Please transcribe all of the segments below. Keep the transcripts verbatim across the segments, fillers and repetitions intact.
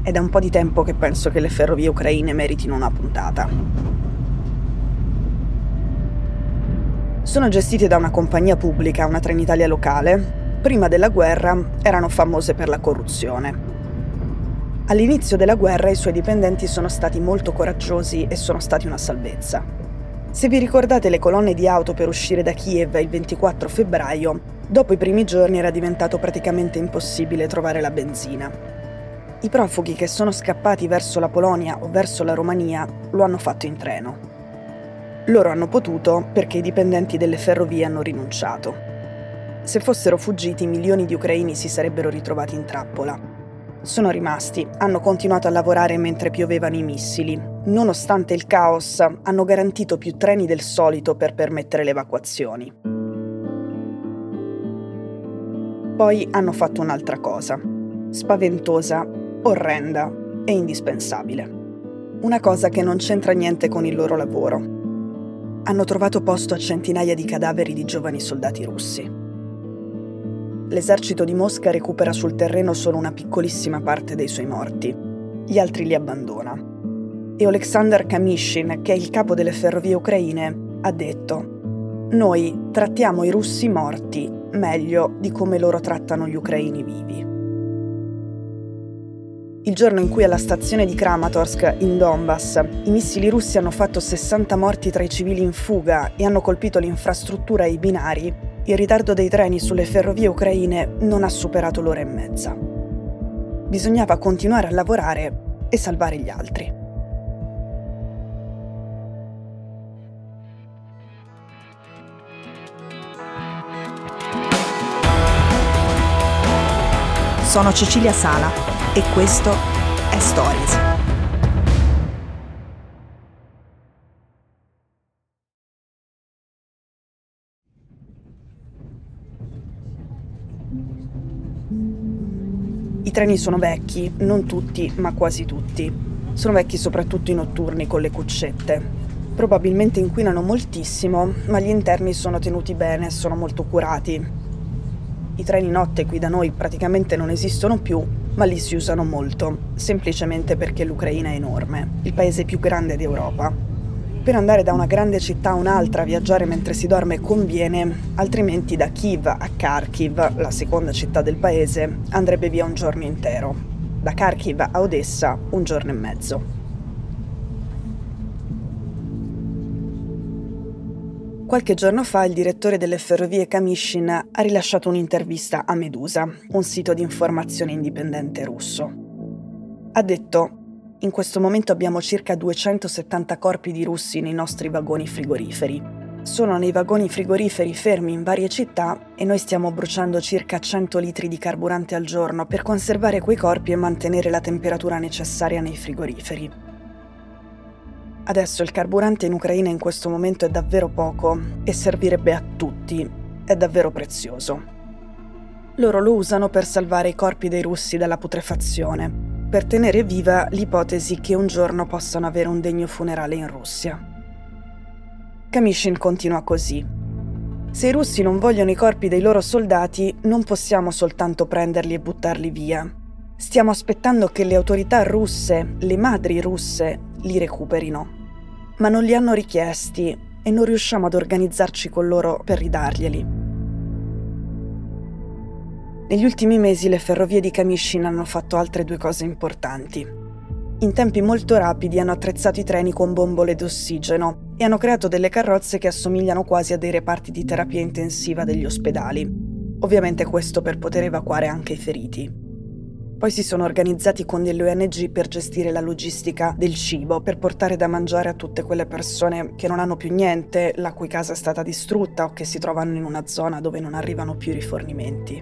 È da un po' di tempo che penso che le ferrovie ucraine meritino una puntata. Sono gestite da una compagnia pubblica, una Trenitalia locale. Prima della guerra erano famose per la corruzione. All'inizio della guerra i suoi dipendenti sono stati molto coraggiosi e sono stati una salvezza. Se vi ricordate le colonne di auto per uscire da Kiev il ventiquattro febbraio, dopo i primi giorni era diventato praticamente impossibile trovare la benzina. I profughi che sono scappati verso la Polonia o verso la Romania lo hanno fatto in treno. Loro hanno potuto perché i dipendenti delle ferrovie hanno rinunciato. Se fossero fuggiti, milioni di ucraini si sarebbero ritrovati in trappola. Sono rimasti, hanno continuato a lavorare mentre piovevano i missili. Nonostante il caos, hanno garantito più treni del solito per permettere le evacuazioni. Poi hanno fatto un'altra cosa, spaventosa, orrenda e indispensabile. Una cosa che non c'entra niente con il loro lavoro. Hanno trovato posto a centinaia di cadaveri di giovani soldati russi. L'esercito di Mosca recupera sul terreno solo una piccolissima parte dei suoi morti. Gli altri li abbandona. E Oleksandr Kamyshin, che è il capo delle ferrovie ucraine, ha detto: «Noi trattiamo i russi morti meglio di come loro trattano gli ucraini vivi». Il giorno in cui alla stazione di Kramatorsk, in Donbass, i missili russi hanno fatto sessanta morti tra i civili in fuga e hanno colpito l'infrastruttura e i binari, il ritardo dei treni sulle ferrovie ucraine non ha superato l'ora e mezza. Bisognava continuare a lavorare e salvare gli altri. Sono Cecilia Sala e questo è Stories. I treni sono vecchi, non tutti, ma quasi tutti. Sono vecchi soprattutto i notturni con le cuccette. Probabilmente inquinano moltissimo, ma gli interni sono tenuti bene, sono molto curati. I treni notte qui da noi praticamente non esistono più, ma li si usano molto, semplicemente perché l'Ucraina è enorme, il paese più grande d'Europa. Per andare da una grande città a un'altra, viaggiare mentre si dorme conviene, altrimenti da Kiev a Kharkiv, la seconda città del paese, andrebbe via un giorno intero. Da Kharkiv a Odessa un giorno e mezzo. Qualche giorno fa il direttore delle ferrovie Kamyshin ha rilasciato un'intervista a Medusa, un sito di informazione indipendente russo. Ha detto: «In questo momento abbiamo circa duecentosettanta corpi di russi nei nostri vagoni frigoriferi. Sono nei vagoni frigoriferi fermi in varie città e noi stiamo bruciando circa cento litri di carburante al giorno per conservare quei corpi e mantenere la temperatura necessaria nei frigoriferi. Adesso il carburante in Ucraina in questo momento è davvero poco e servirebbe a tutti, è davvero prezioso. Loro lo usano per salvare i corpi dei russi dalla putrefazione, per tenere viva l'ipotesi che un giorno possano avere un degno funerale in Russia». Kamyshin continua così: «Se i russi non vogliono i corpi dei loro soldati, non possiamo soltanto prenderli e buttarli via. Stiamo aspettando che le autorità russe, le madri russe, li recuperino. Ma non li hanno richiesti e non riusciamo ad organizzarci con loro per ridarglieli». Negli ultimi mesi le ferrovie di Kamyshin hanno fatto altre due cose importanti. In tempi molto rapidi hanno attrezzato i treni con bombole d'ossigeno e hanno creato delle carrozze che assomigliano quasi a dei reparti di terapia intensiva degli ospedali. Ovviamente questo per poter evacuare anche i feriti. Poi si sono organizzati con delle O N G per gestire la logistica del cibo, per portare da mangiare a tutte quelle persone che non hanno più niente, la cui casa è stata distrutta o che si trovano in una zona dove non arrivano più i rifornimenti.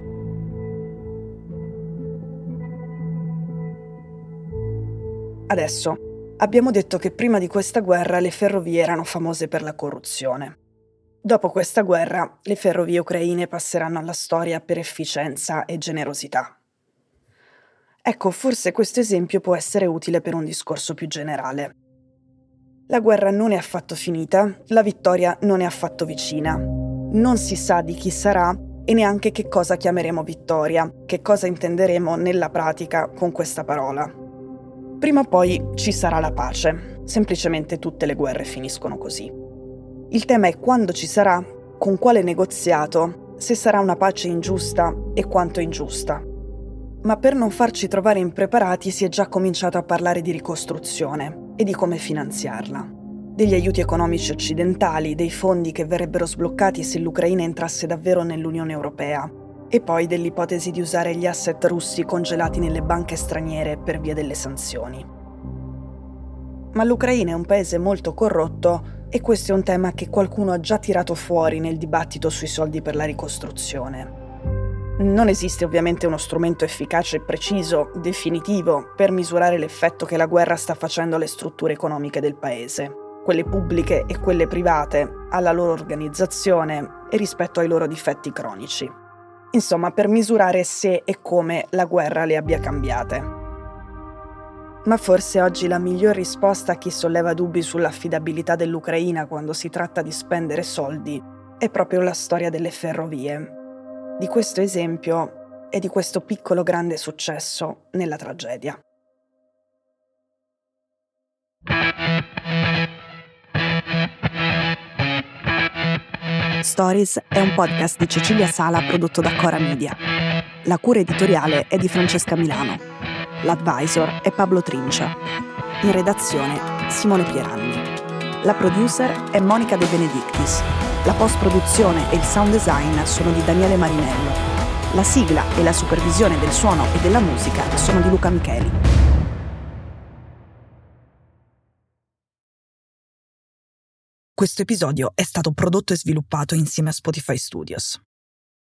Adesso, abbiamo detto che prima di questa guerra le ferrovie erano famose per la corruzione. Dopo questa guerra, le ferrovie ucraine passeranno alla storia per efficienza e generosità. Ecco, forse questo esempio può essere utile per un discorso più generale. La guerra non è affatto finita, la vittoria non è affatto vicina. Non si sa di chi sarà e neanche che cosa chiameremo vittoria, che cosa intenderemo nella pratica con questa parola. Prima o poi ci sarà la pace. Semplicemente tutte le guerre finiscono così. Il tema è quando ci sarà, con quale negoziato, se sarà una pace ingiusta e quanto ingiusta. Ma per non farci trovare impreparati si è già cominciato a parlare di ricostruzione e di come finanziarla. Degli aiuti economici occidentali, dei fondi che verrebbero sbloccati se l'Ucraina entrasse davvero nell'Unione Europea, e poi dell'ipotesi di usare gli asset russi congelati nelle banche straniere per via delle sanzioni. Ma l'Ucraina è un paese molto corrotto e questo è un tema che qualcuno ha già tirato fuori nel dibattito sui soldi per la ricostruzione. Non esiste ovviamente uno strumento efficace e preciso, definitivo, per misurare l'effetto che la guerra sta facendo alle strutture economiche del paese, quelle pubbliche e quelle private, alla loro organizzazione e rispetto ai loro difetti cronici. Insomma, per misurare se e come la guerra le abbia cambiate. Ma forse oggi la miglior risposta a chi solleva dubbi sull'affidabilità dell'Ucraina quando si tratta di spendere soldi è proprio la storia delle ferrovie, di questo esempio e di questo piccolo grande successo nella tragedia. Stories è un podcast di Cecilia Sala prodotto da Cora Media. La cura editoriale è di Francesca Milano. L'advisor è Pablo Trincia. In redazione Simone Pieranni. La producer è Monica De Benedictis. La post-produzione e il sound design sono di Daniele Marinello. La sigla e la supervisione del suono e della musica sono di Luca Micheli. Questo episodio è stato prodotto e sviluppato insieme a Spotify Studios.